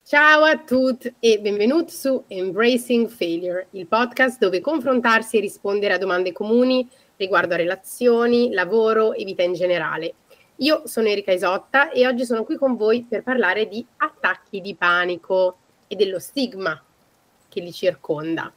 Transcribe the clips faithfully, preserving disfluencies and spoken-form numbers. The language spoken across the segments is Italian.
Ciao a tutti e benvenuti su Embracing Failure, il podcast dove confrontarsi e rispondere a domande comuni riguardo a relazioni, lavoro e vita in generale. Io sono Erika Isotta e oggi sono qui con voi per parlare di attacchi di panico e dello stigma che li circonda.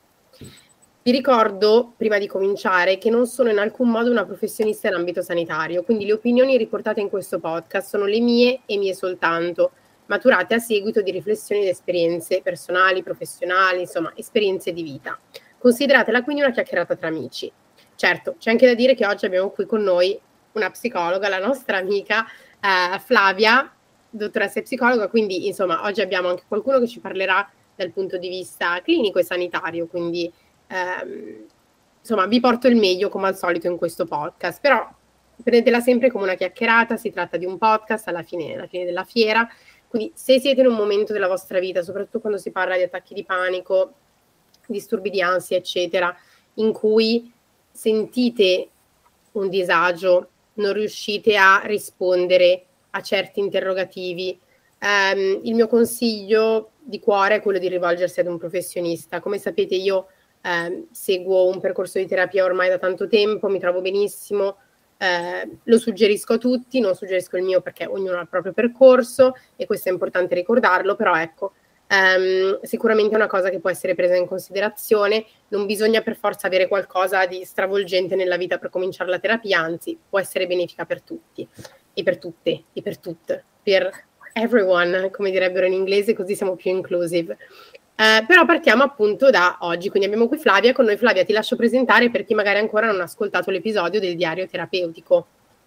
Vi ricordo, prima di cominciare, che non sono in alcun modo una professionista in ambito sanitario, quindi le opinioni riportate in questo podcast sono le mie e mie soltanto, maturate a seguito di riflessioni ed esperienze personali, professionali, insomma, esperienze di vita. Consideratela quindi una chiacchierata tra amici. Certo, c'è anche da dire che oggi abbiamo qui con noi una psicologa, la nostra amica eh, Flavia, dottoressa psicologa, quindi insomma oggi abbiamo anche qualcuno che ci parlerà dal punto di vista clinico e sanitario, quindi ehm, insomma vi porto il meglio come al solito in questo podcast, però prendetela sempre come una chiacchierata, si tratta di un podcast alla fine, alla fine della fiera. Quindi se siete in un momento della vostra vita, soprattutto quando si parla di attacchi di panico, disturbi di ansia, eccetera, in cui sentite un disagio, non riuscite a rispondere a certi interrogativi, ehm, il mio consiglio di cuore è quello di rivolgersi ad un professionista. Come sapete io ehm, seguo un percorso di terapia ormai da tanto tempo, mi trovo benissimo, Eh, lo suggerisco a tutti, non suggerisco il mio perché ognuno ha il proprio percorso e questo è importante ricordarlo, però ecco, ehm, sicuramente è una cosa che può essere presa in considerazione, non bisogna per forza avere qualcosa di stravolgente nella vita per cominciare la terapia, anzi può essere benefica per tutti e per tutte e per tutte, per everyone, come direbbero in inglese, così siamo più inclusive. Eh, però partiamo appunto da oggi, quindi abbiamo qui Flavia con noi. Flavia, ti lascio presentare per chi magari ancora non ha ascoltato l'episodio del diario terapeutico.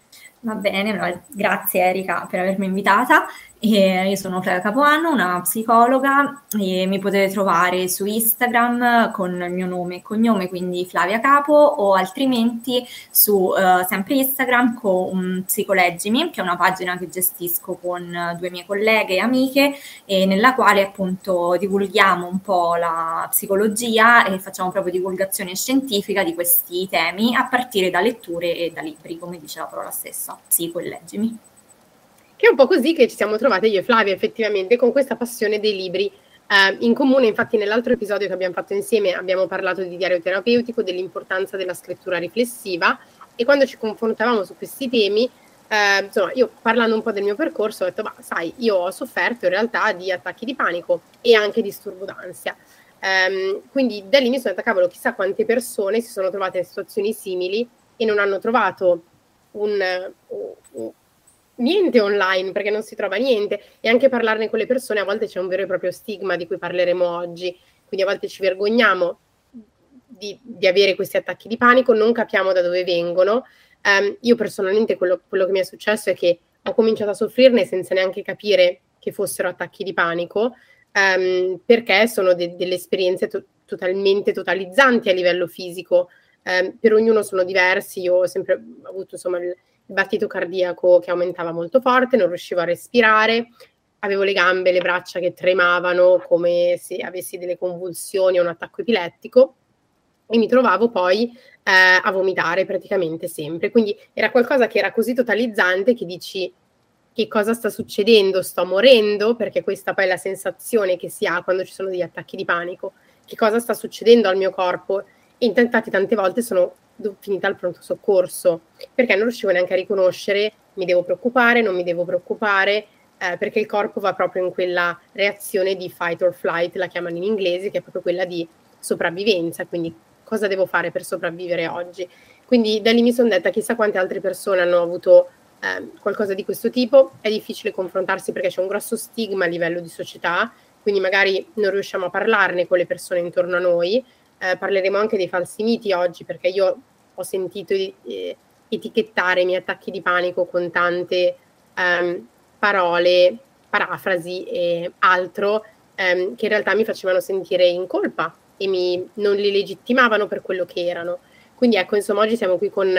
Va bene, grazie Erika per avermi invitata. E io sono Flavia Capoanno, una psicologa, e mi potete trovare su Instagram con il mio nome e cognome, quindi Flavia Capo, o altrimenti su uh, sempre Instagram con um, Psicoleggimi, che è una pagina che gestisco con uh, due mie colleghe e amiche, e nella quale appunto divulghiamo un po' la psicologia e facciamo proprio divulgazione scientifica di questi temi a partire da letture e da libri, come dice la parola stessa, Psicoleggimi. Che è un po' così che ci siamo trovate io e Flavia effettivamente con questa passione dei libri eh, in comune. Infatti nell'altro episodio che abbiamo fatto insieme abbiamo parlato di diario terapeutico, dell'importanza della scrittura riflessiva, e quando ci confrontavamo su questi temi, eh, insomma io parlando un po' del mio percorso ho detto ma sai, io ho sofferto in realtà di attacchi di panico e anche disturbo d'ansia, um, quindi da lì mi sono detta cavolo, chissà quante persone si sono trovate in situazioni simili e non hanno trovato un, un niente online, perché non si trova niente, e anche parlarne con le persone a volte c'è un vero e proprio stigma di cui parleremo oggi, quindi a volte ci vergogniamo di, di avere questi attacchi di panico, non capiamo da dove vengono. Um, io personalmente quello, quello che mi è successo è che ho cominciato a soffrirne senza neanche capire che fossero attacchi di panico, um, perché sono de- delle esperienze to- totalmente totalizzanti a livello fisico. Um, per ognuno sono diversi. Io ho sempre avuto insomma il il battito cardiaco che aumentava molto forte, non riuscivo a respirare, avevo le gambe, le braccia che tremavano come se avessi delle convulsioni o un attacco epilettico, e mi trovavo poi eh, a vomitare praticamente sempre. Quindi era qualcosa che era così totalizzante che dici che cosa sta succedendo, sto morendo, perché questa poi è la sensazione che si ha quando ci sono degli attacchi di panico, che cosa sta succedendo al mio corpo. E infatti tante volte sono finita al pronto soccorso perché non riuscivo neanche a riconoscere mi devo preoccupare, non mi devo preoccupare, eh, perché il corpo va proprio in quella reazione di fight or flight, la chiamano in inglese, che è proprio quella di sopravvivenza. Quindi cosa devo fare per sopravvivere oggi? Quindi da lì mi sono detta chissà quante altre persone hanno avuto eh, qualcosa di questo tipo. È difficile confrontarsi perché c'è un grosso stigma a livello di società, quindi magari non riusciamo a parlarne con le persone intorno a noi. Eh, parleremo anche dei falsi miti oggi, perché io ho sentito eh, etichettare i miei attacchi di panico con tante ehm, parole, parafrasi e altro ehm, che in realtà mi facevano sentire in colpa e mi, non li legittimavano per quello che erano. Quindi ecco, insomma, oggi siamo qui con,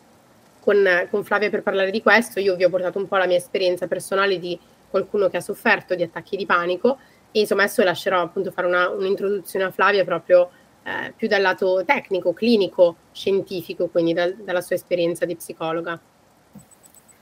con, con Flavia per parlare di questo. Io vi ho portato un po' la mia esperienza personale di qualcuno che ha sofferto di attacchi di panico, e insomma adesso lascerò appunto fare una, un'introduzione a Flavia proprio Eh, più dal lato tecnico, clinico, scientifico, quindi dal, dalla sua esperienza di psicologa.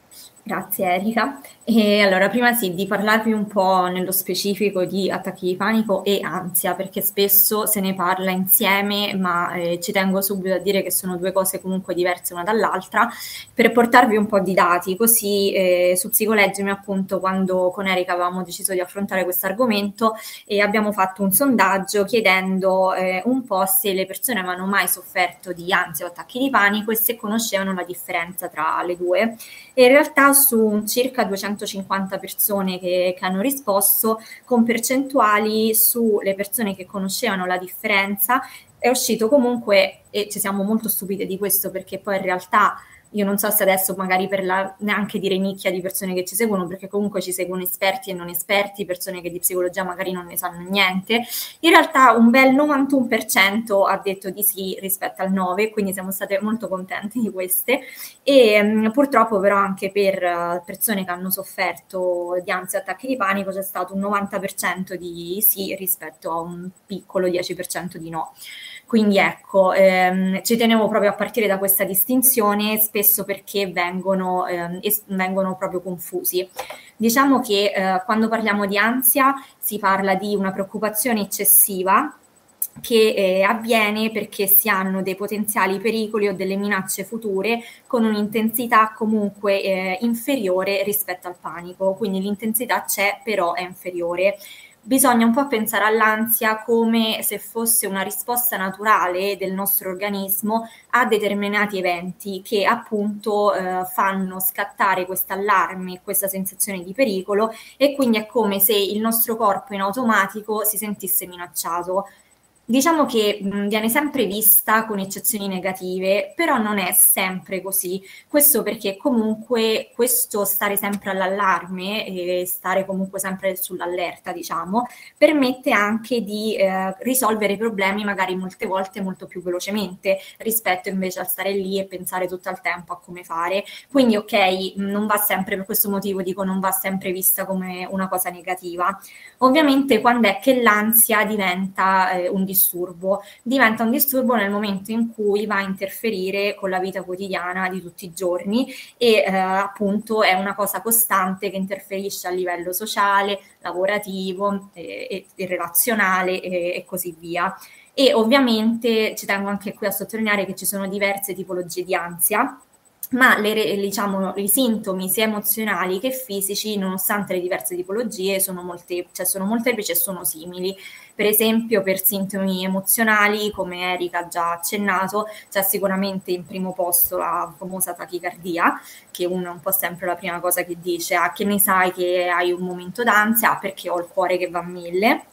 Grazie Erika. E allora, prima sì, di parlarvi un po' nello specifico di attacchi di panico e ansia, perché spesso se ne parla insieme, ma eh, ci tengo subito a dire che sono due cose comunque diverse una dall'altra, per portarvi un po' di dati, così eh, su Psicoleggimi appunto quando con Erika avevamo deciso di affrontare questo argomento e abbiamo fatto un sondaggio chiedendo eh, un po' se le persone avevano mai sofferto di ansia o attacchi di panico e se conoscevano la differenza tra le due. E in realtà su circa duecentocinquanta persone che, che hanno risposto, con percentuali sulle persone che conoscevano la differenza, è uscito comunque, e ci siamo molto stupite di questo perché poi in realtà io non so se adesso magari per la neanche dire nicchia di persone che ci seguono, perché comunque ci seguono esperti e non esperti, persone che di psicologia magari non ne sanno niente. In realtà un bel novantuno per cento ha detto di sì rispetto al nove, quindi siamo state molto contenti di queste. E mh, purtroppo però anche per uh, persone che hanno sofferto di ansia e attacchi di panico c'è stato un novanta per cento di sì rispetto a un piccolo dieci per cento di no. Quindi ecco, ehm, ci tenevo proprio a partire da questa distinzione, spesso perché vengono, ehm, es- vengono proprio confusi. Diciamo che eh, quando parliamo di ansia si parla di una preoccupazione eccessiva che eh, avviene perché si hanno dei potenziali pericoli o delle minacce future con un'intensità comunque eh, inferiore rispetto al panico, quindi l'intensità c'è però è inferiore. Bisogna un po' pensare all'ansia come se fosse una risposta naturale del nostro organismo a determinati eventi che appunto eh, fanno scattare questo allarme, questa sensazione di pericolo, e quindi è come se il nostro corpo in automatico si sentisse minacciato. Diciamo che mh, viene sempre vista con eccezioni negative, però non è sempre così. Questo perché comunque questo stare sempre all'allarme e stare comunque sempre sull'allerta, diciamo, permette anche di eh, risolvere i problemi magari molte volte molto più velocemente rispetto invece a stare lì e pensare tutto il tempo a come fare. Quindi ok, non va sempre, per questo motivo dico, non va sempre vista come una cosa negativa. Ovviamente quando è che l'ansia diventa eh, un disturbo? Diventa un disturbo nel momento in cui va a interferire con la vita quotidiana di tutti i giorni e eh, appunto è una cosa costante che interferisce a livello sociale, lavorativo e, e, e relazionale e, e così via. E ovviamente ci tengo anche qui a sottolineare che ci sono diverse tipologie di ansia, ma le, diciamo, i sintomi sia emozionali che fisici, nonostante le diverse tipologie, sono, molte, cioè sono molteplici e sono simili. Per esempio, per sintomi emozionali, come Erika ha già accennato, c'è sicuramente in primo posto la famosa tachicardia, che uno è un po' sempre la prima cosa che dice: ah, che ne sai che hai un momento d'ansia? Ah, perché ho il cuore che va a mille.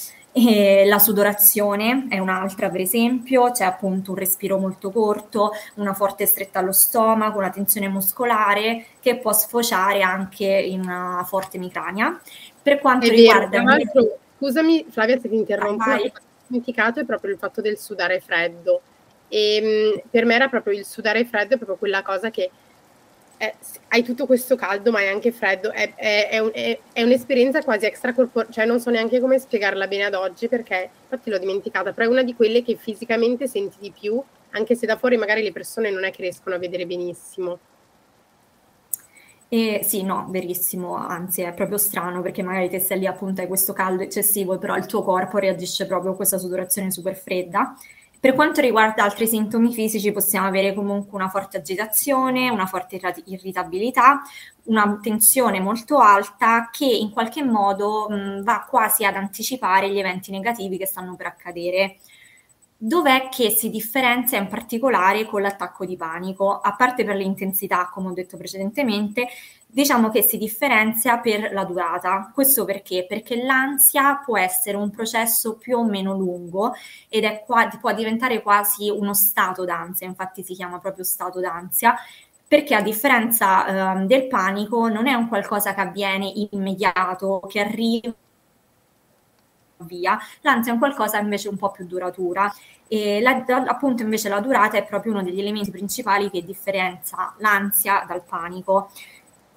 E la sudorazione è un'altra, per esempio, c'è appunto un respiro molto corto, una forte stretta allo stomaco, una tensione muscolare che può sfociare anche in una forte emicrania. Per quanto È vero, riguarda tra invece... l'altro, scusami Flavia se ti interrompo, una Vai, cosa che ho dimenticato è proprio il fatto del sudare freddo. E mh, per me era proprio il sudare freddo, è proprio quella cosa che è- hai tutto questo caldo, ma è anche freddo, è, è- è un- è- è un'esperienza quasi extracorporea, cioè non so neanche come spiegarla bene ad oggi, perché infatti l'ho dimenticata, però è una di quelle che fisicamente senti di più, anche se da fuori magari le persone non è che riescono a vedere benissimo. Eh, sì, no, verissimo, anzi è proprio strano perché magari te stai lì appunto hai questo caldo eccessivo, però il tuo corpo reagisce proprio a questa sudorazione super fredda. Per quanto riguarda altri sintomi fisici, possiamo avere comunque una forte agitazione, una forte irra- irritabilità, una tensione molto alta che in qualche modo mh, va quasi ad anticipare gli eventi negativi che stanno per accadere. Dov'è che si differenzia in particolare con l'attacco di panico? A parte per l'intensità, come ho detto precedentemente, diciamo che si differenzia per la durata. Questo perché? Perché l'ansia può essere un processo più o meno lungo ed è qua, può diventare quasi uno stato d'ansia, infatti si chiama proprio stato d'ansia, perché a differenza eh, del panico non è un qualcosa che avviene immediato, che arriva via, l'ansia è un qualcosa invece un po' più duratura e la, appunto invece la durata è proprio uno degli elementi principali che differenzia l'ansia dal panico.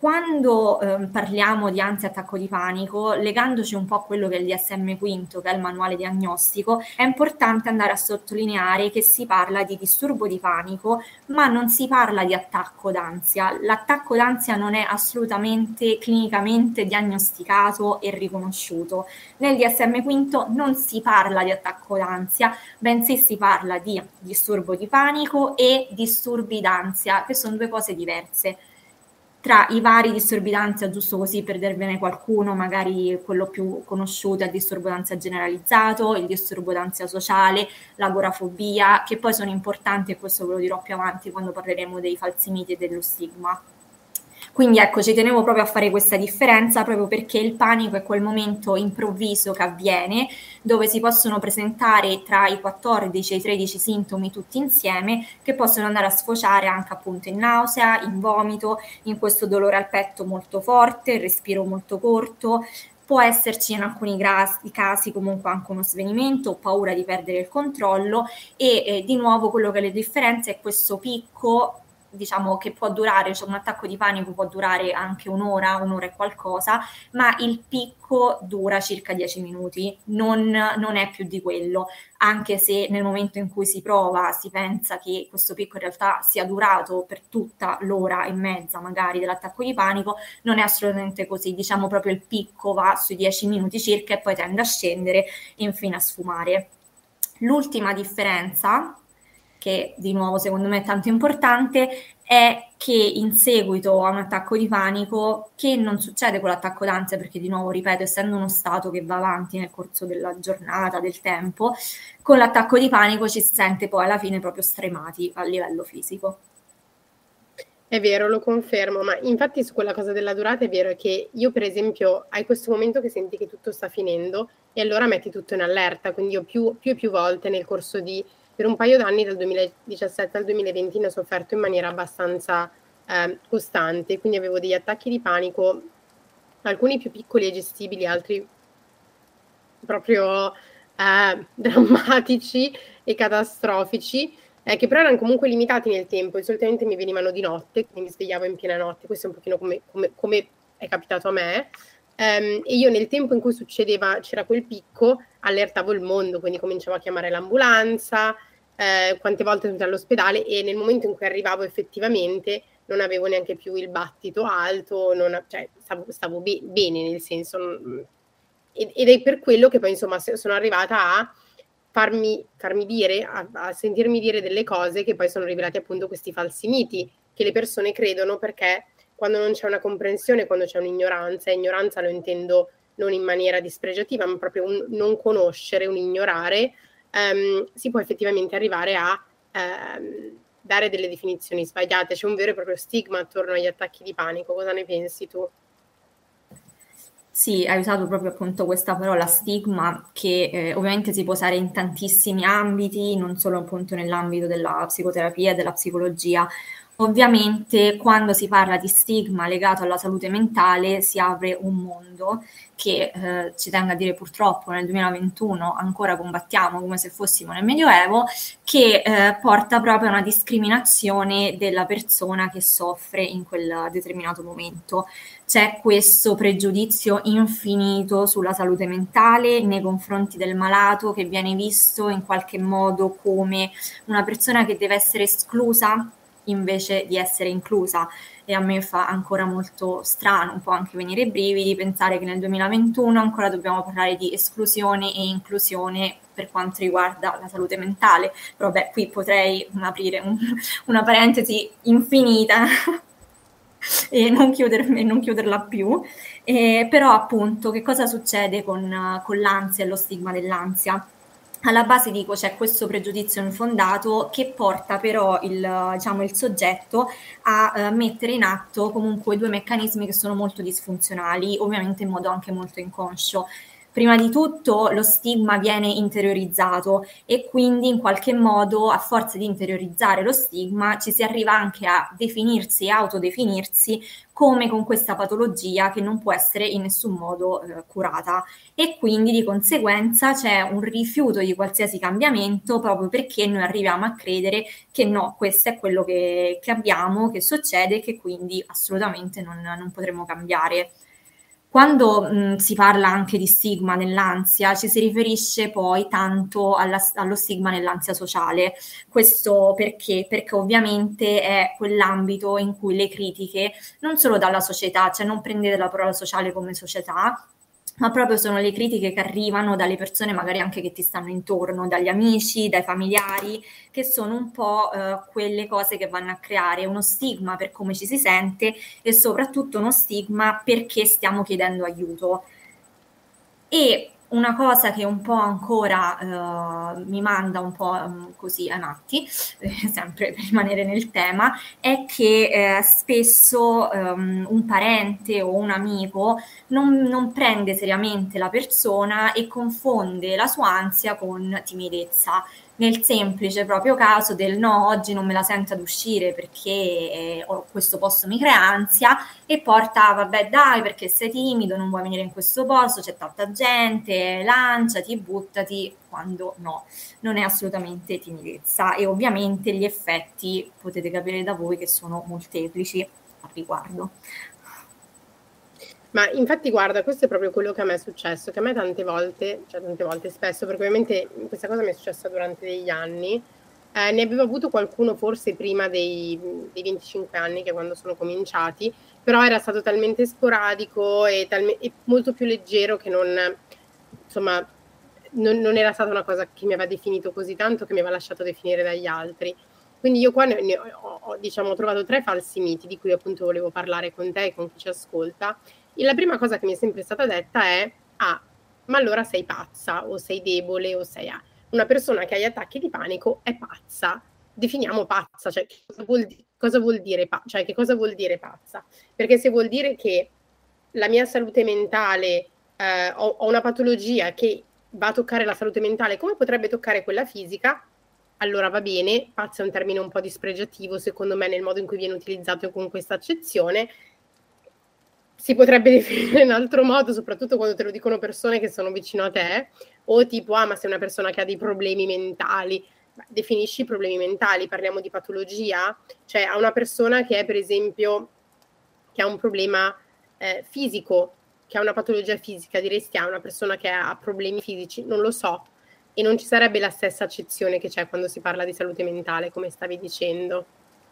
quando eh, parliamo di ansia attacco di panico, legandoci un po' a quello che è il D S M quinto, che è il manuale diagnostico, è importante andare a sottolineare che si parla di disturbo di panico, ma non si parla di attacco d'ansia. L'attacco d'ansia non è assolutamente clinicamente diagnosticato e riconosciuto. Nel D S M quinto non si parla di attacco d'ansia, bensì si parla di disturbo di panico e disturbi d'ansia, che sono due cose diverse. Tra i vari disturbi d'ansia, giusto così per dirvene qualcuno, magari quello più conosciuto è il disturbo d'ansia generalizzato, il disturbo d'ansia sociale, l'agorafobia, che poi sono importanti, e questo ve lo dirò più avanti quando parleremo dei falsi miti e dello stigma. Quindi ecco, ci tenevo proprio a fare questa differenza, proprio perché il panico è quel momento improvviso che avviene, dove si possono presentare tra i quattordici e i tredici sintomi tutti insieme, che possono andare a sfociare anche appunto in nausea, in vomito, in questo dolore al petto molto forte, il respiro molto corto. Può esserci in alcuni grasi, casi comunque anche uno svenimento o paura di perdere il controllo, e eh, di nuovo quello che le differenzia è questo picco, diciamo, che può durare, cioè un attacco di panico può durare anche un'ora, un'ora e qualcosa, ma il picco dura circa dieci minuti, non, non è più di quello, anche se nel momento in cui si prova si pensa che questo picco in realtà sia durato per tutta l'ora e mezza magari dell'attacco di panico. Non è assolutamente così, diciamo proprio il picco va sui dieci minuti circa e poi tende a scendere e infine a sfumare. L'ultima differenza, che di nuovo secondo me è tanto importante, è che in seguito a un attacco di panico, che non succede con l'attacco d'ansia, perché di nuovo, ripeto, essendo uno stato che va avanti nel corso della giornata, del tempo, con l'attacco di panico ci si sente poi alla fine proprio stremati a livello fisico. È vero, lo confermo, ma infatti su quella cosa della durata è vero che io per esempio hai questo momento che senti che tutto sta finendo e allora metti tutto in allerta, quindi io più, più e più volte nel corso di per un paio d'anni, dal duemiladiciassette al duemilaventi, ne ho sofferto in maniera abbastanza eh, costante, quindi avevo degli attacchi di panico, alcuni più piccoli e gestibili, altri proprio eh, drammatici e catastrofici, eh, che però erano comunque limitati nel tempo, e solitamente mi venivano di notte, quindi mi svegliavo in piena notte, questo è un pochino come, come, come è capitato a me. Um, e io nel tempo in cui succedeva, c'era quel picco, allertavo il mondo, quindi cominciavo a chiamare l'ambulanza, eh, quante volte sono andata all'ospedale, e nel momento in cui arrivavo effettivamente non avevo neanche più il battito alto, non, cioè stavo, stavo be- bene nel senso, non, ed, ed è per quello che poi insomma sono arrivata a farmi, farmi dire, a, a sentirmi dire delle cose che poi sono rivelati appunto questi falsi miti che le persone credono, perché quando non c'è una comprensione, quando c'è un'ignoranza, e ignoranza lo intendo non in maniera dispregiativa, ma proprio un non conoscere, un ignorare, ehm, si può effettivamente arrivare a ehm, dare delle definizioni sbagliate. C'è un vero e proprio stigma attorno agli attacchi di panico. Cosa ne pensi tu? Sì, hai usato proprio appunto questa parola stigma, che eh, ovviamente si può usare in tantissimi ambiti, non solo appunto nell'ambito della psicoterapia e della psicologia. Ovviamente quando si parla di stigma legato alla salute mentale si apre un mondo che, eh, ci tengo a dire purtroppo, nel duemilaventuno ancora combattiamo come se fossimo nel Medioevo, che eh, porta proprio a una discriminazione della persona che soffre in quel determinato momento. C'è questo pregiudizio infinito sulla salute mentale nei confronti del malato, che viene visto in qualche modo come una persona che deve essere esclusa invece di essere inclusa, e a me fa ancora molto strano, un po' anche venire i brividi, pensare che nel duemilaventuno ancora dobbiamo parlare di esclusione e inclusione per quanto riguarda la salute mentale. Però beh, qui potrei aprire un, una parentesi infinita e non, chiudermi, non chiuderla più, eh, però appunto che cosa succede con, con l'ansia e lo stigma dell'ansia? Alla base, dico, c'è questo pregiudizio infondato che porta però il, diciamo, il soggetto a eh, mettere in atto comunque due meccanismi che sono molto disfunzionali, ovviamente in modo anche molto inconscio. Prima di tutto lo stigma viene interiorizzato e quindi in qualche modo, a forza di interiorizzare lo stigma, ci si arriva anche a definirsi e autodefinirsi come con questa patologia che non può essere in nessun modo eh, curata, e quindi di conseguenza c'è un rifiuto di qualsiasi cambiamento proprio perché noi arriviamo a credere che no, questo è quello che, che abbiamo, che succede, che quindi assolutamente non, non potremo cambiare. Quando mh, si parla anche di stigma nell'ansia, ci si riferisce poi tanto alla, allo stigma nell'ansia sociale. Questo perché? Perché ovviamente è quell'ambito in cui le critiche, non solo dalla società, cioè non prendete la parola sociale come società, ma proprio sono le critiche che arrivano dalle persone magari anche che ti stanno intorno, dagli amici, dai familiari, che sono un po' eh, quelle cose che vanno a creare uno stigma per come ci si sente e soprattutto uno stigma perché stiamo chiedendo aiuto. E una cosa che un po' ancora eh, mi manda un po' um, così a matti, eh, sempre per rimanere nel tema, è che eh, spesso um, un parente o un amico non, non prende seriamente la persona e confonde la sua ansia con timidezza, nel semplice proprio caso del no, oggi non me la sento ad uscire perché eh, ho, questo posto mi crea ansia, e porta, vabbè dai, perché sei timido, non vuoi venire in questo posto, c'è tanta gente, lanciati, buttati, quando no, non è assolutamente timidezza. E ovviamente gli effetti potete capire da voi che sono molteplici al riguardo. Ma infatti guarda, questo è proprio quello che a me è successo, che a me tante volte, cioè tante volte spesso, perché ovviamente questa cosa mi è successa durante degli anni, eh, ne avevo avuto qualcuno forse prima dei, dei venticinque anni, che è quando sono cominciati, però era stato talmente sporadico e, talme- e molto più leggero che non, insomma, non, non era stata una cosa che mi aveva definito così tanto, che mi aveva lasciato definire dagli altri. Quindi io qua ne, ne ho, ho, diciamo, ho trovato tre falsi miti di cui appunto volevo parlare con te e con chi ci ascolta. E la prima cosa che mi è sempre stata detta è: ah, ma allora sei pazza, o sei debole, o sei... Ah. Una persona che ha gli attacchi di panico è pazza. Definiamo pazza, cioè cosa vuol, cosa vuol dire pa- cioè che cosa vuol dire pazza? Perché se vuol dire che la mia salute mentale, eh, ho, ho una patologia che va a toccare la salute mentale come potrebbe toccare quella fisica, allora va bene. Pazzo è un termine un po' dispregiativo secondo me nel modo in cui viene utilizzato con questa accezione. Si potrebbe definire in altro modo, soprattutto quando te lo dicono persone che sono vicino a te, o tipo, ah, ma sei una persona che ha dei problemi mentali. Beh, definisci i problemi mentali, parliamo di patologia, cioè a una persona che è per esempio, che ha un problema eh, fisico, che ha una patologia fisica, diresti a una persona che ha problemi fisici, non lo so, e non ci sarebbe la stessa accezione che c'è quando si parla di salute mentale, come stavi dicendo.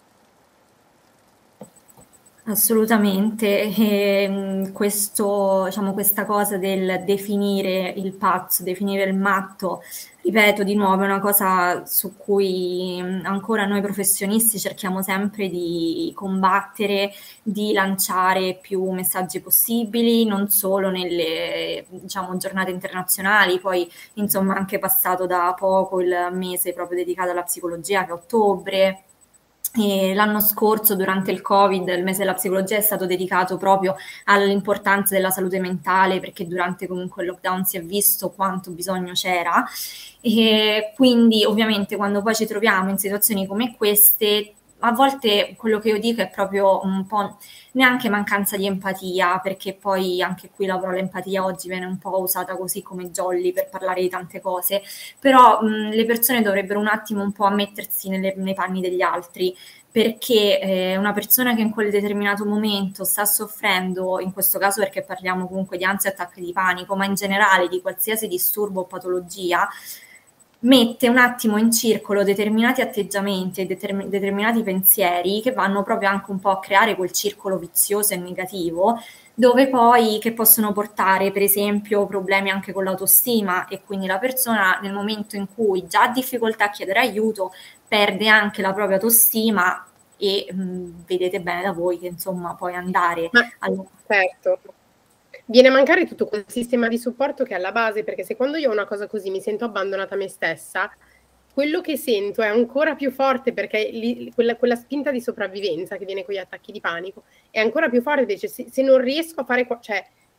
Assolutamente, e questo, diciamo, questa cosa del definire il pazzo, definire il matto, ripeto di nuovo, è una cosa su cui ancora noi professionisti cerchiamo sempre di combattere, di lanciare più messaggi possibili, non solo nelle, diciamo, giornate internazionali, poi insomma anche passato da poco il mese proprio dedicato alla psicologia, che è ottobre. E l'anno scorso, durante il Covid, il mese della psicologia è stato dedicato proprio all'importanza della salute mentale, perché durante comunque il lockdown si è visto quanto bisogno c'era. E quindi ovviamente quando poi ci troviamo in situazioni come queste, a volte quello che io dico è proprio un po' neanche mancanza di empatia, perché poi anche qui la parola empatia oggi viene un po' usata così come jolly per parlare di tante cose, però mh, le persone dovrebbero un attimo un po' mettersi nelle, nei panni degli altri, perché eh, una persona che in quel determinato momento sta soffrendo, in questo caso perché parliamo comunque di ansia e attacchi di panico, ma in generale di qualsiasi disturbo o patologia, mette un attimo in circolo determinati atteggiamenti e determ- determinati pensieri che vanno proprio anche un po' a creare quel circolo vizioso e negativo, dove poi che possono portare per esempio problemi anche con l'autostima, e quindi la persona nel momento in cui già ha difficoltà a chiedere aiuto perde anche la propria autostima e mh, vedete bene da voi che insomma puoi andare Ma, al... certo, viene a mancare tutto quel sistema di supporto che è alla base, perché se quando io ho una cosa così mi sento abbandonata a me stessa, quello che sento è ancora più forte, perché li, quella, quella spinta di sopravvivenza che viene con gli attacchi di panico è ancora più forte. Cioè, se, se non riesco a fare, cioè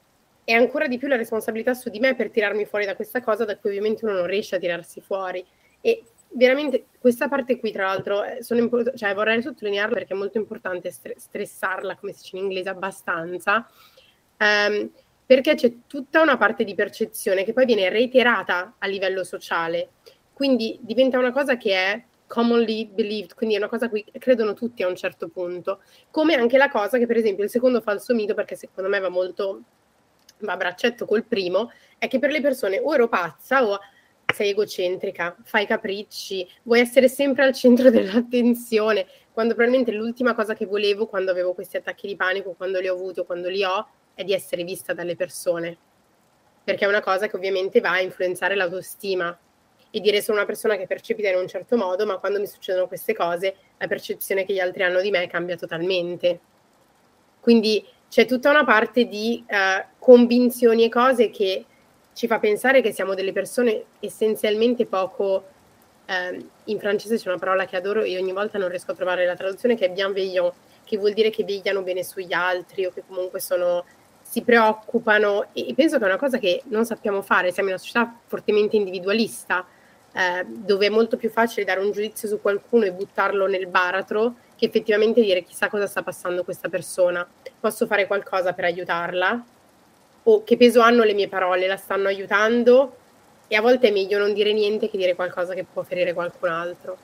è ancora di più la responsabilità su di me per tirarmi fuori da questa cosa da cui ovviamente uno non riesce a tirarsi fuori. E veramente questa parte qui, tra l'altro, sono import- cioè vorrei sottolinearla perché è molto importante stre- stressarla, come si dice in inglese, abbastanza, ehm, perché c'è tutta una parte di percezione che poi viene reiterata a livello sociale, quindi diventa una cosa che è commonly believed, quindi è una cosa a cui credono tutti a un certo punto, come anche la cosa che per esempio il secondo falso mito, perché secondo me va molto va a braccetto col primo, è che per le persone o ero pazza o sei egocentrica, fai capricci, vuoi essere sempre al centro dell'attenzione, quando probabilmente l'ultima cosa che volevo quando avevo questi attacchi di panico, quando li ho avuti o quando li ho, è di essere vista dalle persone, perché è una cosa che ovviamente va a influenzare l'autostima e dire sono una persona che è percepita in un certo modo, ma quando mi succedono queste cose la percezione che gli altri hanno di me cambia totalmente. Quindi c'è tutta una parte di uh, convinzioni e cose che ci fa pensare che siamo delle persone essenzialmente poco, eh, in francese c'è una parola che adoro e ogni volta non riesco a trovare la traduzione, che è bienveillant, che vuol dire che vegliano bene sugli altri o che comunque sono, si preoccupano, e, e penso che è una cosa che non sappiamo fare, siamo in una società fortemente individualista, eh, dove è molto più facile dare un giudizio su qualcuno e buttarlo nel baratro che effettivamente dire chissà cosa sta passando questa persona, posso fare qualcosa per aiutarla? O che peso hanno le mie parole, la stanno aiutando? E a volte è meglio non dire niente che dire qualcosa che può ferire qualcun altro.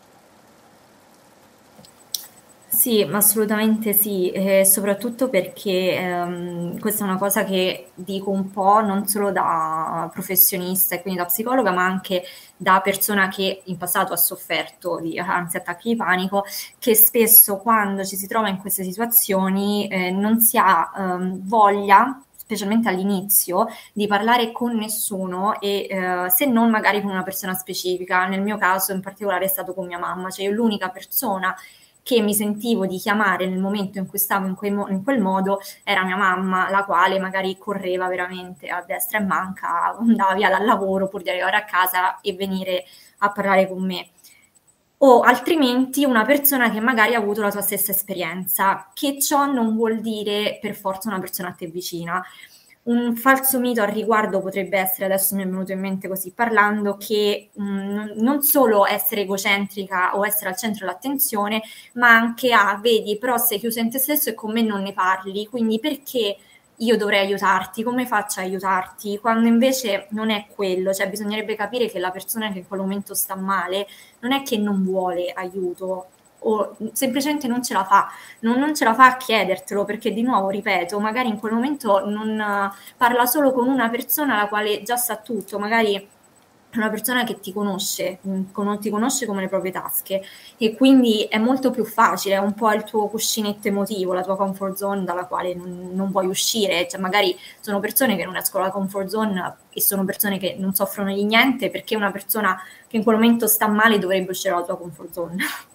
Sì, assolutamente sì, e soprattutto perché ehm, questa è una cosa che dico un po' non solo da professionista e quindi da psicologa, ma anche da persona che in passato ha sofferto di ansia, attacchi di panico, che spesso quando ci si trova in queste situazioni eh, non si ha ehm, voglia, specialmente all'inizio, di parlare con nessuno e eh, se non magari con una persona specifica. Nel mio caso in particolare è stato con mia mamma, cioè io l'unica persona che mi sentivo di chiamare nel momento in cui stavo in, quei mo- in quel modo era mia mamma, la quale magari correva veramente a destra e manca, andava via dal lavoro pur di arrivare a casa e venire a parlare con me. O altrimenti una persona che magari ha avuto la tua stessa esperienza, che ciò non vuol dire per forza una persona a te vicina. Un falso mito al riguardo potrebbe essere, adesso mi è venuto in mente così parlando, che mh, non solo essere egocentrica o essere al centro dell'attenzione, ma anche, ah, vedi, però sei chiuso in te stesso e con me non ne parli, quindi perché io dovrei aiutarti? Come faccio a aiutarti? Quando invece non è quello, cioè bisognerebbe capire che la persona che in quel momento sta male non è che non vuole aiuto, o semplicemente non ce la fa, non, non ce la fa a chiedertelo, perché di nuovo, ripeto, magari in quel momento non uh, parla solo con una persona la quale già sa tutto, magari una persona che ti conosce, mh, ti conosce come le proprie tasche e quindi è molto più facile, è un po' il tuo cuscinetto emotivo, la tua comfort zone dalla quale non, non vuoi uscire, cioè magari sono persone che non escono dalla comfort zone e sono persone che non soffrono di niente perché una persona che in quel momento sta male dovrebbe uscire dalla tua comfort zone.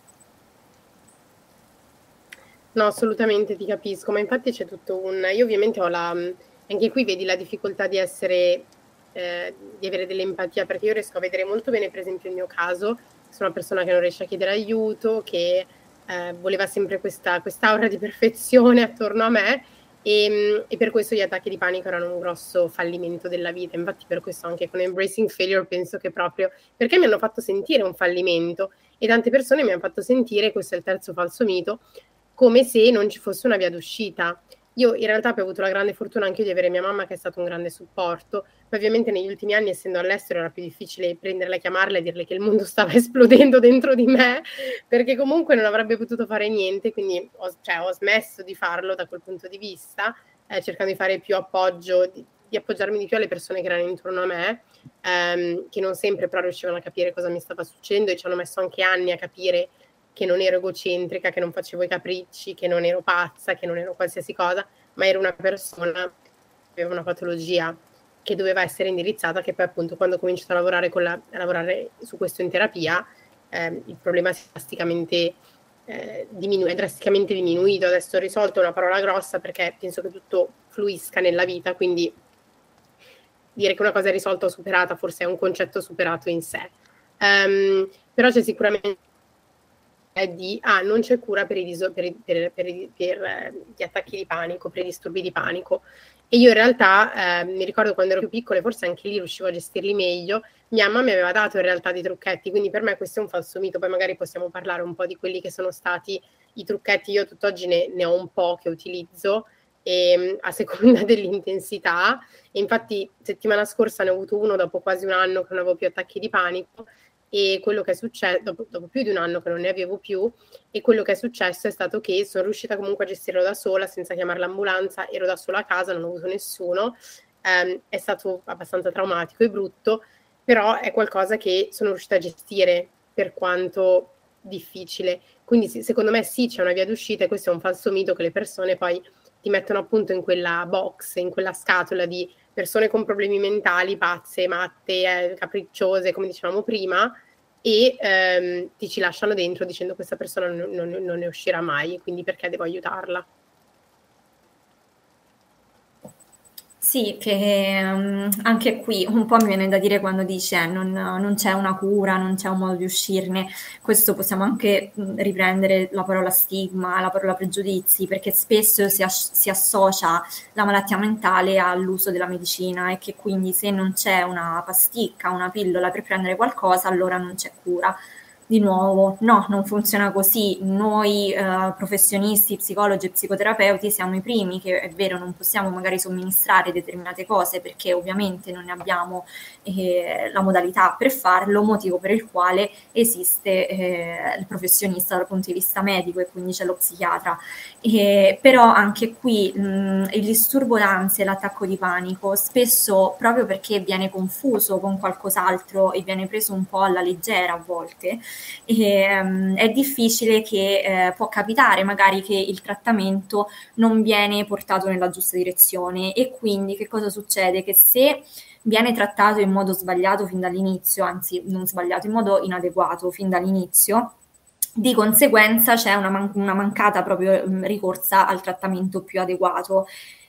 No, assolutamente ti capisco, ma infatti c'è tutto un... Io ovviamente ho la... Anche qui vedi la difficoltà di essere... Eh, di avere dell'empatia, perché io riesco a vedere molto bene, per esempio, il mio caso, sono una persona che non riesce a chiedere aiuto, che eh, voleva sempre questa quest'aura di perfezione attorno a me e, e per questo gli attacchi di panico erano un grosso fallimento della vita. Infatti per questo anche con Embracing Failure penso che proprio... Perché mi hanno fatto sentire un fallimento e tante persone mi hanno fatto sentire, questo è il terzo falso mito, come se non ci fosse una via d'uscita. Io in realtà ho avuto la grande fortuna anche io di avere mia mamma che è stato un grande supporto, ma ovviamente negli ultimi anni essendo all'estero era più difficile prenderla, chiamarla e dirle che il mondo stava esplodendo dentro di me, perché comunque non avrebbe potuto fare niente, quindi ho, cioè, ho smesso di farlo da quel punto di vista, eh, cercando di fare più appoggio, di, di appoggiarmi di più alle persone che erano intorno a me, ehm, che non sempre però riuscivano a capire cosa mi stava succedendo e ci hanno messo anche anni a capire che non ero egocentrica, che non facevo i capricci, che non ero pazza, che non ero qualsiasi cosa, ma ero una persona che aveva una patologia che doveva essere indirizzata, che poi appunto quando ho cominciato a lavorare, con la, a lavorare su questo in terapia, eh, il problema si è drasticamente, eh, diminu- è drasticamente diminuito. Adesso ho risolto, una parola grossa perché penso che tutto fluisca nella vita, quindi dire che una cosa è risolta o superata forse è un concetto superato in sé. Um, però c'è sicuramente è di ah, non c'è cura per, i diso- per, i- per, per, i- per eh, gli attacchi di panico, per i disturbi di panico. E io in realtà eh, mi ricordo quando ero più piccola, forse anche lì riuscivo a gestirli meglio, mia mamma mi aveva dato in realtà dei trucchetti, quindi per me questo è un falso mito. Poi magari possiamo parlare un po' di quelli che sono stati i trucchetti. Io tutt'oggi ne, ne ho un po' che utilizzo e, a seconda dell'intensità, e infatti settimana scorsa ne ho avuto uno dopo quasi un anno che non avevo più attacchi di panico, e quello che è successo dopo, dopo più di un anno che non ne avevo più, e quello che è successo è stato che sono riuscita comunque a gestirlo da sola senza chiamare l'ambulanza, ero da sola a casa, non ho avuto nessuno. Um, è stato abbastanza traumatico e brutto, però è qualcosa che sono riuscita a gestire per quanto difficile. Quindi sì, secondo me sì, c'è una via d'uscita, e questo è un falso mito che le persone poi ti mettono appunto in quella box, in quella scatola di persone con problemi mentali, pazze, matte, eh, capricciose, come dicevamo prima, e ehm, ti ci lasciano dentro dicendo questa persona non, non, non ne uscirà mai, quindi perché devo aiutarla? Sì, che um, anche qui un po' mi viene da dire quando dice non, non c'è una cura, non c'è un modo di uscirne. Questo possiamo anche mh, riprendere la parola stigma, la parola pregiudizi, perché spesso si, as- si associa la malattia mentale all'uso della medicina, e che quindi se non c'è una pasticca, una pillola per prendere qualcosa, allora non c'è cura. Di nuovo, no, non funziona così. Noi eh, professionisti, psicologi e psicoterapeuti siamo i primi che, è vero, non possiamo magari somministrare determinate cose perché ovviamente non ne abbiamo eh, la modalità per farlo, motivo per il quale esiste eh, il professionista dal punto di vista medico, e quindi c'è lo psichiatra. Eh, però anche qui mh, il disturbo d'ansia e l'attacco di panico spesso, proprio perché viene confuso con qualcos'altro e viene preso un po' alla leggera a volte, e, um, è difficile che eh, può capitare magari che il trattamento non viene portato nella giusta direzione, e quindi che cosa succede? Che se viene trattato in modo sbagliato fin dall'inizio, anzi non sbagliato, in modo inadeguato fin dall'inizio, di conseguenza c'è una, man- una mancata proprio mh, ricorsa al trattamento più adeguato.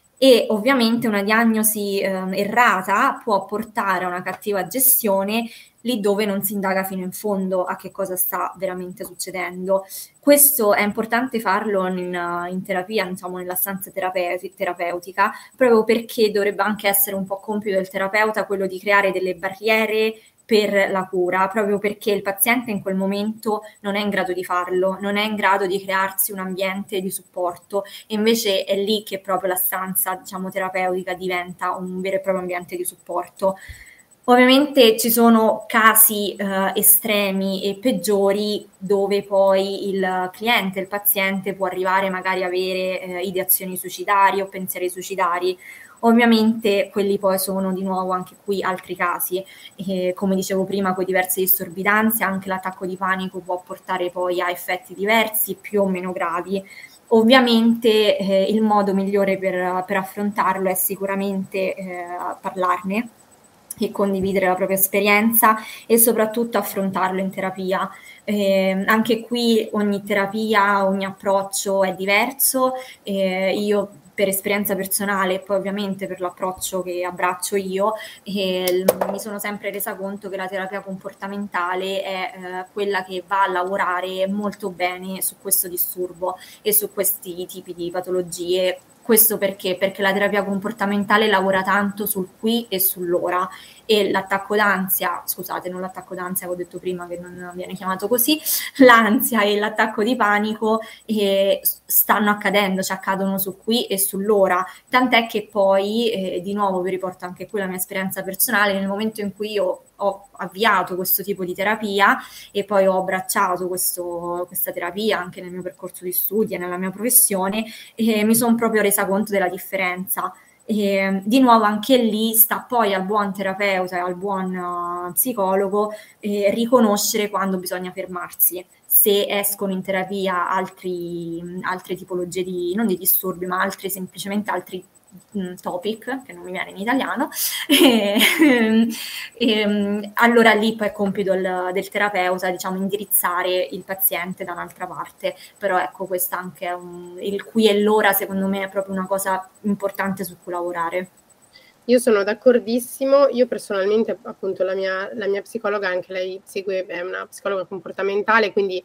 E ovviamente una diagnosi eh, errata può portare a una cattiva gestione lì dove non si indaga fino in fondo a che cosa sta veramente succedendo. Questo è importante farlo in, in terapia, diciamo nella stanza terapeuti- terapeutica, proprio perché dovrebbe anche essere un po' compito del terapeuta quello di creare delle barriere per la cura, proprio perché il paziente in quel momento non è in grado di farlo, non è in grado di crearsi un ambiente di supporto, e invece è lì che proprio la stanza, diciamo, terapeutica diventa un vero e proprio ambiente di supporto. Ovviamente ci sono casi eh, estremi e peggiori dove poi il cliente, il paziente può arrivare magari a avere eh, ideazioni suicidarie o pensieri suicidari. Ovviamente quelli poi sono di nuovo anche qui altri casi, e, come dicevo prima, con i diversi disturbi d'ansia anche l'attacco di panico può portare poi a effetti diversi, più o meno gravi. Ovviamente eh, il modo migliore per, per affrontarlo è sicuramente eh, parlarne e condividere la propria esperienza, e soprattutto affrontarlo in terapia. Eh, anche qui ogni terapia, ogni approccio è diverso. Eh, io per esperienza personale, e poi ovviamente per l'approccio che abbraccio io, eh, mi sono sempre resa conto che la terapia comportamentale è eh, quella che va a lavorare molto bene su questo disturbo e su questi tipi di patologie. Questo perché? Perché la terapia comportamentale lavora tanto sul qui e sull'ora, e l'attacco d'ansia, scusate, non l'attacco d'ansia che ho detto prima che non viene chiamato così, l'ansia e l'attacco di panico eh, stanno accadendo, cioè accadono su qui e sull'ora, tant'è che poi, eh, di nuovo vi riporto anche qui la mia esperienza personale, nel momento in cui io ho avviato questo tipo di terapia e poi ho abbracciato questo, questa terapia anche nel mio percorso di studi e nella mia professione, e mi sono proprio resa conto della differenza. E, di nuovo anche lì sta poi al buon terapeuta e al buon uh, psicologo eh, riconoscere quando bisogna fermarsi, se escono in terapia altri, altre tipologie di, non di disturbi, ma altri semplicemente altri mh, topic, che non mi viene in italiano, e, e, allora lì poi è compito il, del terapeuta, diciamo, indirizzare il paziente da un'altra parte. Però ecco, questa anche è un, il qui e l'ora, secondo me è proprio una cosa importante su cui lavorare. Io sono d'accordissimo. Io personalmente, appunto, la mia, la mia psicologa, anche lei segue, è una psicologa comportamentale, quindi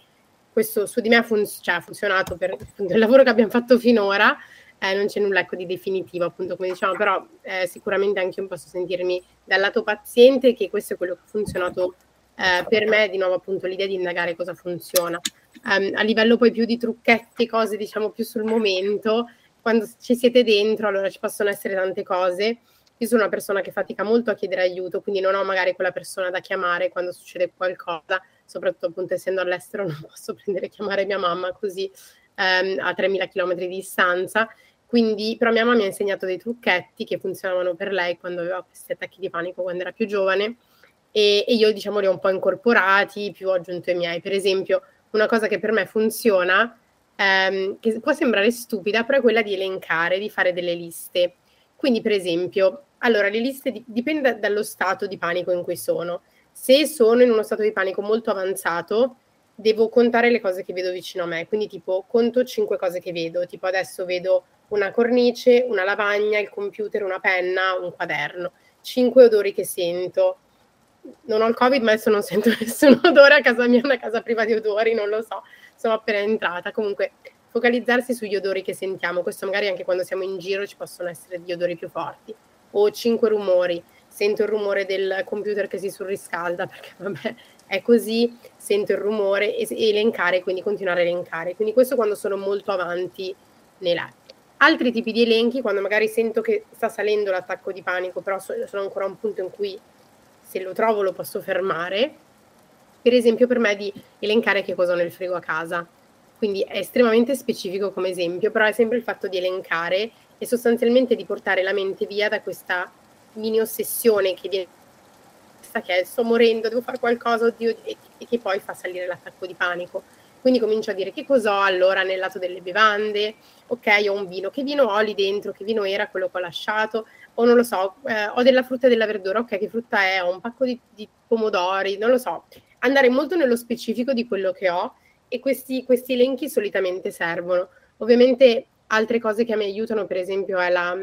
questo su di me ha, fun- cioè, ha funzionato per appunto, il lavoro che abbiamo fatto finora, eh, non c'è nulla ecco, di definitivo, appunto come diciamo, però eh, sicuramente anche io posso sentirmi dal lato paziente che questo è quello che ha funzionato eh, per me, di nuovo appunto l'idea di indagare cosa funziona. Um, a livello poi più di trucchetti, cose diciamo più sul momento, quando ci siete dentro allora ci possono essere tante cose. Io sono una persona che fatica molto a chiedere aiuto, quindi non ho magari quella persona da chiamare quando succede qualcosa, soprattutto appunto essendo all'estero non posso prendere e chiamare mia mamma così um, a tremila chilometri di distanza, quindi però mia mamma mi ha insegnato dei trucchetti che funzionavano per lei quando aveva questi attacchi di panico quando era più giovane e, e io diciamo li ho un po' incorporati, più ho aggiunto i miei. Per esempio una cosa che per me funziona, ehm, che può sembrare stupida, però è quella di elencare, di fare delle liste. Quindi, per esempio, allora, le liste di- dipende dallo stato di panico in cui sono. Se sono in uno stato di panico molto avanzato, devo contare le cose che vedo vicino a me. Quindi, tipo, conto cinque cose che vedo. Tipo, adesso vedo una cornice, una lavagna, il computer, una penna, un quaderno. Cinque odori che sento. Non ho il Covid, ma adesso non sento nessun odore a casa mia, una casa priva di odori, non lo so, sono appena entrata. Comunque, focalizzarsi sugli odori che sentiamo, questo magari anche quando siamo in giro ci possono essere degli odori più forti. O cinque rumori, sento il rumore del computer che si surriscalda, perché vabbè, è così, sento il rumore, e, e elencare, quindi continuare a elencare. Quindi questo quando sono molto avanti nei lati. Altri tipi di elenchi, quando magari sento che sta salendo l'attacco di panico, però sono ancora a un punto in cui se lo trovo lo posso fermare, per esempio per me di elencare che cosa ho nel frigo a casa, quindi è estremamente specifico come esempio, però è sempre il fatto di elencare e sostanzialmente di portare la mente via da questa mini ossessione che viene che è sto morendo, devo fare qualcosa, oddio, e, e che poi fa salire l'attacco di panico. Quindi comincio a dire che cosa ho allora nel lato delle bevande, ok, ho un vino, che vino ho lì dentro, che vino era quello che ho lasciato, o non lo so, eh, ho della frutta e della verdura, ok, che frutta è, ho un pacco di, di pomodori, non lo so, andare molto nello specifico di quello che ho e questi, questi elenchi solitamente servono. Ovviamente altre cose che mi aiutano, per esempio, è la,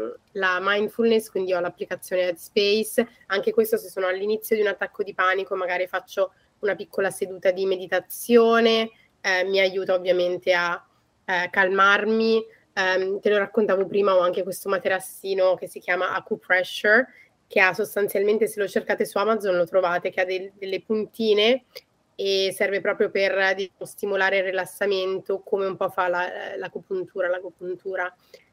la mindfulness, quindi ho l'applicazione Headspace, anche questo se sono all'inizio di un attacco di panico magari faccio una piccola seduta di meditazione, eh, mi aiuta ovviamente a eh, calmarmi. Um, te lo raccontavo prima, ho anche questo materassino che si chiama Acupressure, che ha sostanzialmente, se lo cercate su Amazon lo trovate, che ha de- delle puntine e serve proprio per diciamo, stimolare il rilassamento, come un po' fa la, l'acupuntura, l'acupuntura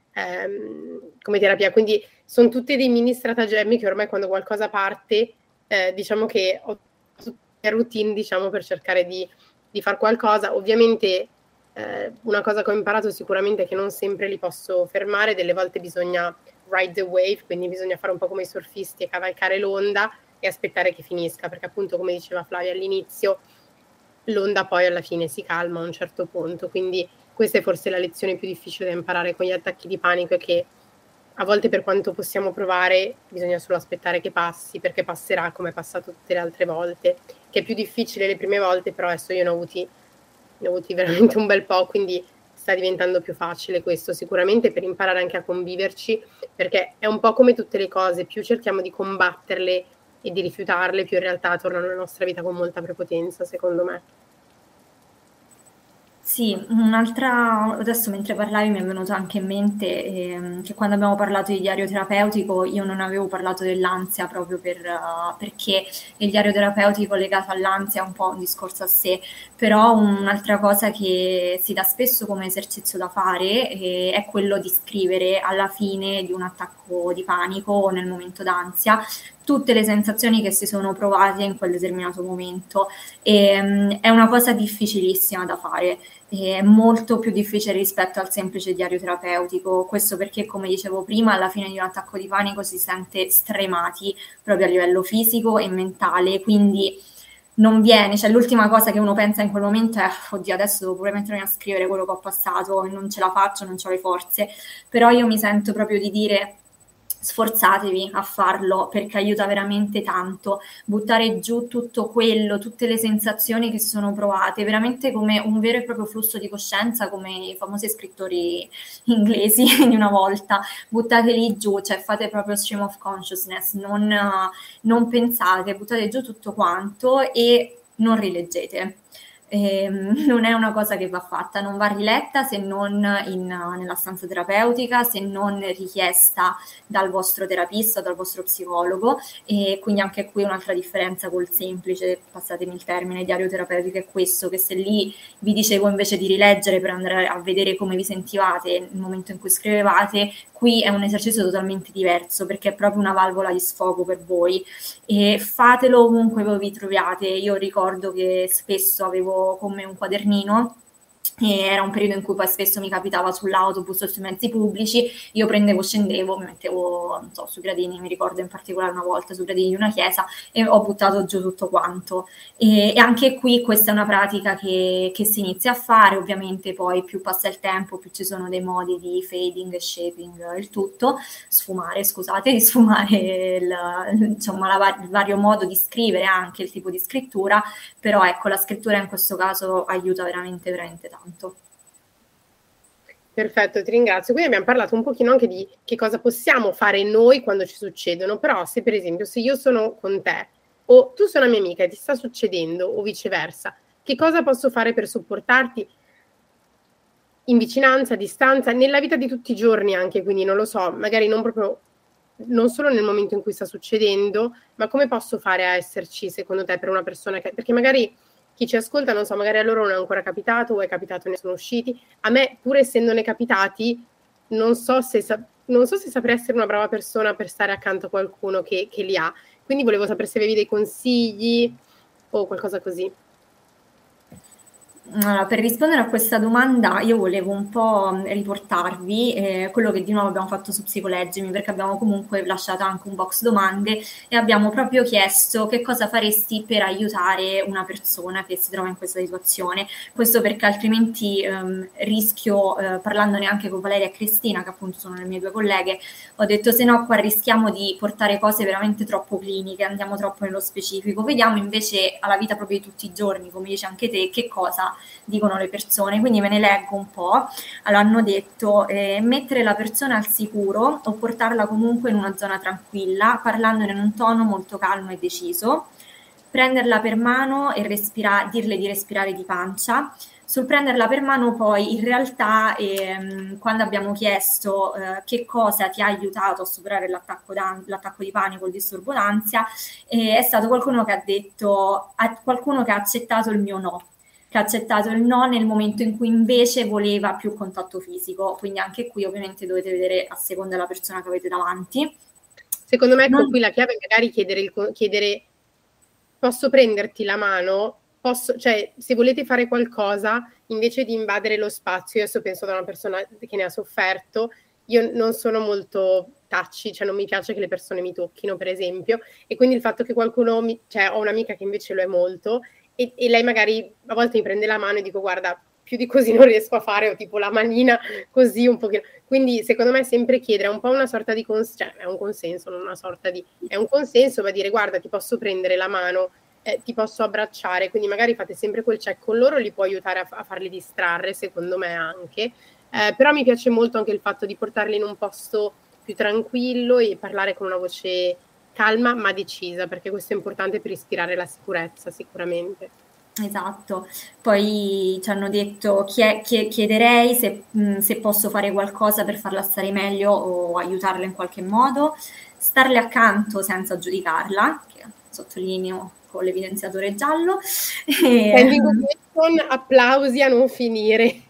ehm, come terapia. Quindi sono tutti dei mini stratagemmi che ormai quando qualcosa parte, eh, diciamo che ho tutte routine, diciamo, per cercare di, di fare qualcosa. Ovviamente eh, una cosa che ho imparato sicuramente è che non sempre li posso fermare, delle volte bisogna ride the wave, quindi bisogna fare un po' come i surfisti e cavalcare l'onda e aspettare che finisca, perché appunto come diceva Flavia all'inizio, l'onda poi alla fine si calma a un certo punto, quindi questa è forse la lezione più difficile da imparare con gli attacchi di panico, è che a volte per quanto possiamo provare bisogna solo aspettare che passi, perché passerà come è passato tutte le altre volte, che è più difficile le prime volte, però adesso io ne ho avuti, ne ho avuti veramente un bel po', quindi sta diventando più facile questo sicuramente per imparare anche a conviverci, perché è un po' come tutte le cose, più cerchiamo di combatterle e di rifiutarle, più in realtà tornano nella nostra vita con molta prepotenza, secondo me. Sì, un'altra, adesso mentre parlavi mi è venuto anche in mente ehm, che quando abbiamo parlato di diario terapeutico io non avevo parlato dell'ansia proprio per, uh, perché il diario terapeutico legato all'ansia è un po' un discorso a sé, però un'altra cosa che si dà spesso come esercizio da fare eh, è quello di scrivere alla fine di un attacco di panico o nel momento d'ansia tutte le sensazioni che si sono provate in quel determinato momento. E, um, è una cosa difficilissima da fare, è molto più difficile rispetto al semplice diario terapeutico, questo perché come dicevo prima alla fine di un attacco di panico si sente stremati proprio a livello fisico e mentale, quindi non viene, cioè l'ultima cosa che uno pensa in quel momento è oddio adesso devo pure mettermi a scrivere quello che ho passato e non ce la faccio, non ho le forze, però io mi sento proprio di dire sforzatevi a farlo perché aiuta veramente tanto, buttare giù tutto quello, tutte le sensazioni che sono provate, veramente come un vero e proprio flusso di coscienza, come i famosi scrittori inglesi di una volta, buttateli giù, cioè fate proprio stream of consciousness, non, non pensate, buttate giù tutto quanto e non rileggete. eh, non è una cosa che va fatta, non va riletta se non in, nella stanza terapeutica, se non richiesta dal vostro terapista o dal vostro psicologo, e quindi anche qui un'altra differenza col semplice, passatemi il termine, diario terapeutico è questo, che se lì vi dicevo invece di rileggere per andare a vedere come vi sentivate nel momento in cui scrivevate, qui è un esercizio totalmente diverso perché è proprio una valvola di sfogo per voi, e fatelo ovunque voi vi troviate. Io ricordo che spesso avevo con me un quadernino, e era un periodo in cui poi spesso mi capitava sull'autobus o sui mezzi pubblici, io prendevo, scendevo, mi mettevo, non so, sui gradini, mi ricordo in particolare una volta sui gradini di una chiesa, e ho buttato giù tutto quanto. E, e anche qui questa è una pratica che, che si inizia a fare, ovviamente poi più passa il tempo, più ci sono dei modi di fading e shaping, il tutto, sfumare, scusate, di sfumare il, insomma, la, il vario modo di scrivere, anche il tipo di scrittura, però ecco, la scrittura in questo caso aiuta veramente, veramente tanto. Perfetto, ti ringrazio. Quindi abbiamo parlato un pochino anche di che cosa possiamo fare noi quando ci succedono, però se per esempio se io sono con te o tu sei una mia amica e ti sta succedendo o viceversa, che cosa posso fare per supportarti in vicinanza, a distanza, nella vita di tutti i giorni anche, quindi non lo so, magari non proprio, non solo nel momento in cui sta succedendo, ma come posso fare a esserci secondo te per una persona che, perché magari chi ci ascolta, non so, magari a loro non è ancora capitato o è capitato e ne sono usciti. A me, pur essendone capitati, non so se, non so se saprei essere una brava persona per stare accanto a qualcuno che, che li ha. Quindi volevo sapere se avevi dei consigli o qualcosa così. Allora, per rispondere a questa domanda io volevo un po' riportarvi eh, quello che di nuovo abbiamo fatto su Psicoleggimi, perché abbiamo comunque lasciato anche un box domande e abbiamo proprio chiesto che cosa faresti per aiutare una persona che si trova in questa situazione. Questo perché altrimenti ehm, rischio, eh, parlandone anche con Valeria e Cristina, che appunto sono le mie due colleghe, ho detto se no qua rischiamo di portare cose veramente troppo cliniche, andiamo troppo nello specifico. Vediamo invece alla vita proprio di tutti i giorni, come dice anche te, che cosa dicono le persone, quindi ve ne leggo un po'. Allora, hanno detto eh, mettere la persona al sicuro o portarla comunque in una zona tranquilla, parlandone in un tono molto calmo e deciso, prenderla per mano e respira- dirle di respirare di pancia. Sul prenderla per mano poi in realtà ehm, quando abbiamo chiesto eh, che cosa ti ha aiutato a superare l'attacco, l'attacco di panico, il disturbo d'ansia, eh, è stato qualcuno che ha detto, a, qualcuno che ha accettato il mio no, che ha accettato il no nel momento in cui invece voleva più contatto fisico, quindi anche qui ovviamente dovete vedere a seconda della persona che avete davanti. Secondo me ecco non... qui la chiave è magari chiedere, il, chiedere posso prenderti la mano, posso, cioè se volete fare qualcosa invece di invadere lo spazio, io adesso penso da una persona che ne ha sofferto, io non sono molto touchy, cioè non mi piace che le persone mi tocchino per esempio, e quindi il fatto che qualcuno, mi, cioè ho un'amica che invece lo è molto, e, e lei magari a volte mi prende la mano e dico guarda più di così non riesco a fare, o tipo la manina così un pochino, quindi secondo me sempre chiedere è un po' una sorta di cons- cioè è un consenso, non una sorta di, è un consenso, ma dire guarda ti posso prendere la mano, eh, ti posso abbracciare, quindi magari fate sempre quel check con loro, li può aiutare a, a farli distrarre secondo me anche, eh, però mi piace molto anche il fatto di portarli in un posto più tranquillo e parlare con una voce calma ma decisa, perché questo è importante per ispirare la sicurezza sicuramente. Esatto, poi ci hanno detto chie- chie- chiederei se, mh, se posso fare qualcosa per farla stare meglio o aiutarla in qualche modo, starle accanto senza giudicarla, che sottolineo con l'evidenziatore giallo. E... applausi a non finire.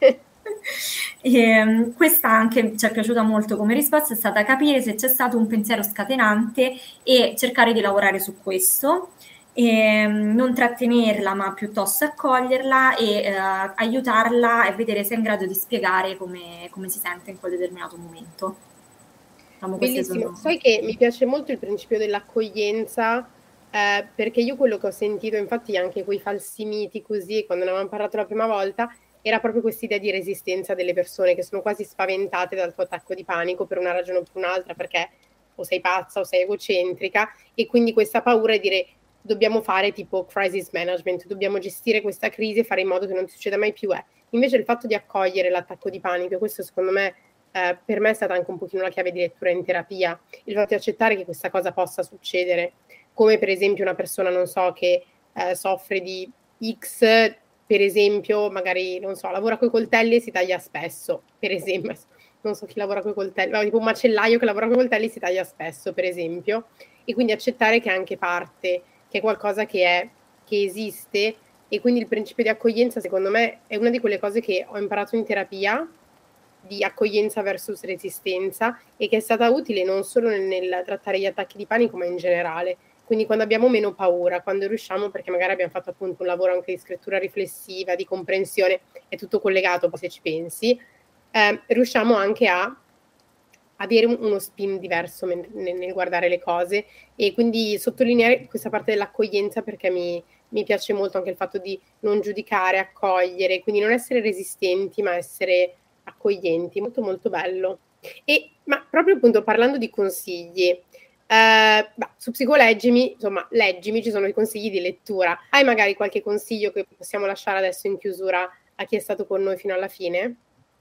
E, questa anche ci è piaciuta molto come risposta, è stata capire se c'è stato un pensiero scatenante e cercare di lavorare su questo. E non trattenerla ma piuttosto accoglierla e eh, aiutarla e vedere se è in grado di spiegare come, come si sente in quel determinato momento. Diciamo, bellissimo, sono... sai che mi piace molto il principio dell'accoglienza, eh, perché io quello che ho sentito, infatti anche quei falsi miti così, quando ne avevamo parlato la prima volta, era proprio questa idea di resistenza delle persone che sono quasi spaventate dal tuo attacco di panico per una ragione o per un'altra, perché o sei pazza o sei egocentrica, e quindi questa paura è dire dobbiamo fare tipo crisis management, dobbiamo gestire questa crisi e fare in modo che non ti succeda mai più. Eh. Invece il fatto di accogliere l'attacco di panico, questo secondo me eh, per me è stata anche un pochino la chiave di lettura in terapia, il fatto di accettare che questa cosa possa succedere, come per esempio una persona, non so, che eh, soffre di X per esempio, magari, non so, lavora coi coltelli e si taglia spesso, per esempio, non so chi lavora coi coltelli, ma tipo un macellaio che lavora coi coltelli si taglia spesso, per esempio, e quindi accettare che è anche parte, che è qualcosa che è, che esiste, e quindi il principio di accoglienza, secondo me, è una di quelle cose che ho imparato in terapia, di accoglienza versus resistenza, e che è stata utile non solo nel, nel trattare gli attacchi di panico, ma in generale. Quindi quando abbiamo meno paura, quando riusciamo, perché magari abbiamo fatto appunto un lavoro anche di scrittura riflessiva, di comprensione, è tutto collegato, se ci pensi, eh, riusciamo anche a avere uno spin diverso nel, nel guardare le cose, e quindi sottolineare questa parte dell'accoglienza, perché mi, mi piace molto anche il fatto di non giudicare, accogliere, quindi non essere resistenti, ma essere accoglienti, molto molto bello. E, ma proprio appunto parlando di consigli, eh, bah, su Psicoleggimi, insomma, leggimi, ci sono i consigli di lettura. Hai magari qualche consiglio che possiamo lasciare adesso in chiusura a chi è stato con noi fino alla fine?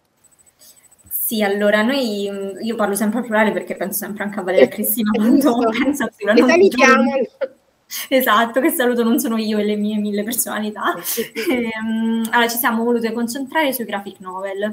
Sì, allora noi, io parlo sempre al plurale perché penso sempre anche a Valeria Cristina quando penso a Che salutiamo! Esatto, che saluto, non sono io e le mie mille personalità. ehm, allora, ci siamo volute concentrare sui graphic novel,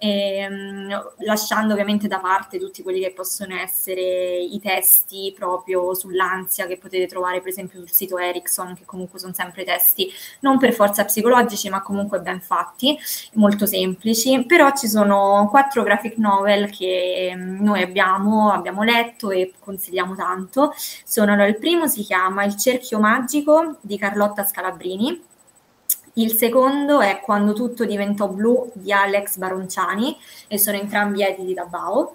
ehm, lasciando ovviamente da parte tutti quelli che possono essere i testi proprio sull'ansia che potete trovare per esempio sul sito Erickson, che comunque sono sempre testi non per forza psicologici, ma comunque ben fatti, molto semplici. Però ci sono quattro graphic novel che noi abbiamo, abbiamo letto e consigliamo tanto. Sono, allora, il primo si chiama Il cerchio magico di Carlotta Scalabrini, il secondo è Quando tutto diventò blu di Alex Baronciani, e sono entrambi editi da Bao.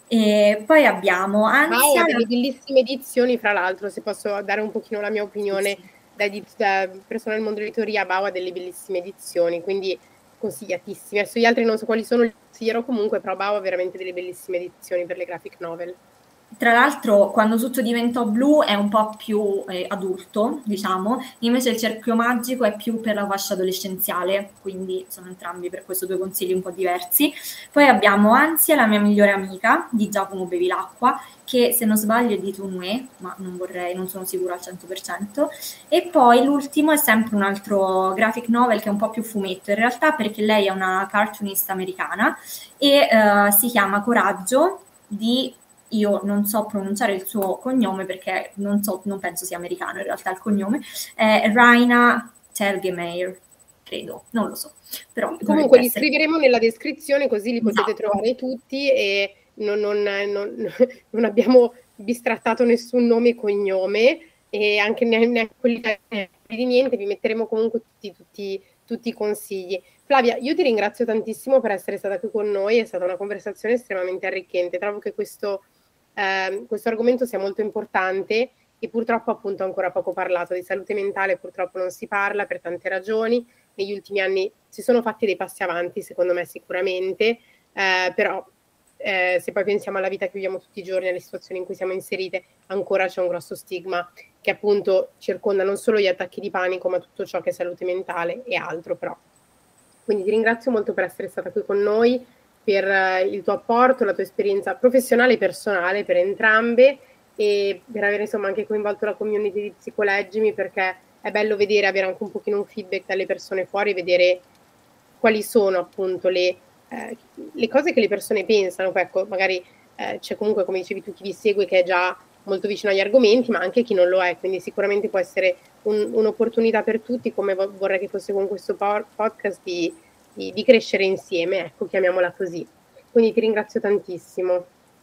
E poi abbiamo Ansia. Bao ha delle bellissime edizioni, fra l'altro, se posso dare un pochino la mia opinione, sì, sì. Da, da persona del mondo dell'editoria, Bao ha delle bellissime edizioni, quindi consigliatissime. Adesso gli altri non so quali sono, li consiglierò comunque, però Bao ha veramente delle bellissime edizioni per le graphic novel. Tra l'altro, Quando tutto diventò blu è un po' più eh, adulto, diciamo, invece Il cerchio magico è più per la fascia adolescenziale, quindi sono entrambi per questo due consigli un po' diversi. Poi abbiamo Ansia, la mia migliore amica, di Giacomo Bevilacqua, che se non sbaglio è di Tournée, ma non vorrei, non sono sicura al cento per cento. E poi l'ultimo è sempre un altro graphic novel che è un po' più fumetto, in realtà, perché lei è una cartoonist americana e uh, si chiama Coraggio di... Io non so pronunciare il suo cognome perché non so, non penso sia americano in realtà il cognome, è Raina Telgemeier, credo, non lo so. Però comunque li essere... scriveremo nella descrizione, così li potete esatto. trovare tutti, e non, non, non, non abbiamo bistrattato nessun nome e cognome, e anche neanche quelli di niente, vi metteremo comunque tutti, tutti, tutti i consigli. Flavia, io ti ringrazio tantissimo per essere stata qui con noi, è stata una conversazione estremamente arricchente, trovo che questo, eh, questo argomento sia molto importante, e purtroppo appunto ancora poco parlato. Di salute mentale purtroppo non si parla per tante ragioni. Negli ultimi anni si sono fatti dei passi avanti, secondo me sicuramente, eh, però eh, se poi pensiamo alla vita che viviamo tutti i giorni, alle situazioni in cui siamo inserite, ancora c'è un grosso stigma che appunto circonda non solo gli attacchi di panico, ma tutto ciò che è salute mentale e altro. Però quindi ti ringrazio molto per essere stata qui con noi, per eh, il tuo apporto, la tua esperienza professionale e personale per entrambe, e per aver insomma anche coinvolto la community di Psicoleggimi, perché è bello vedere, avere anche un pochino un feedback dalle persone fuori, vedere quali sono appunto le, eh, le cose che le persone pensano. Poi ecco, magari eh, c'è comunque, come dicevi tu, chi vi segue che è già molto vicino agli argomenti, ma anche chi non lo è, quindi sicuramente può essere un, un'opportunità per tutti, come vorrei che fosse con questo podcast, di, di, di crescere insieme, ecco, chiamiamola così. Quindi ti ringrazio tantissimo.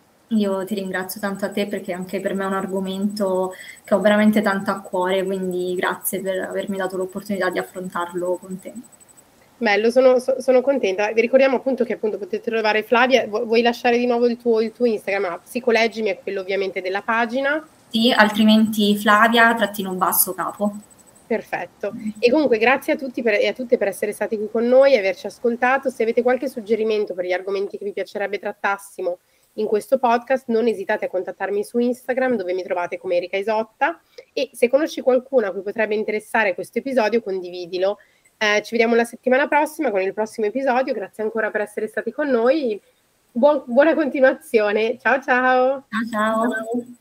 Io ti ringrazio tanto a te, perché anche per me è un argomento che ho veramente tanto a cuore, quindi grazie per avermi dato l'opportunità di affrontarlo con te. Bello, sono, sono contenta. Vi ricordiamo appunto che appunto potete trovare Flavia. Vuoi lasciare di nuovo il tuo, il tuo Instagram? Ah, Psicoleggimi è quello ovviamente della pagina. Sì, altrimenti Flavia trattino basso capo. Perfetto. E comunque grazie a tutti per, e a tutte per essere stati qui con noi e averci ascoltato. Se avete qualche suggerimento per gli argomenti che vi piacerebbe trattassimo in questo podcast, non esitate a contattarmi su Instagram, dove mi trovate come Erika Isotta, e se conosci qualcuno a cui potrebbe interessare questo episodio, condividilo. Eh, ci vediamo la settimana prossima con il prossimo episodio. Grazie ancora per essere stati con noi. Buon, buona continuazione. Ciao ciao. Ciao ciao.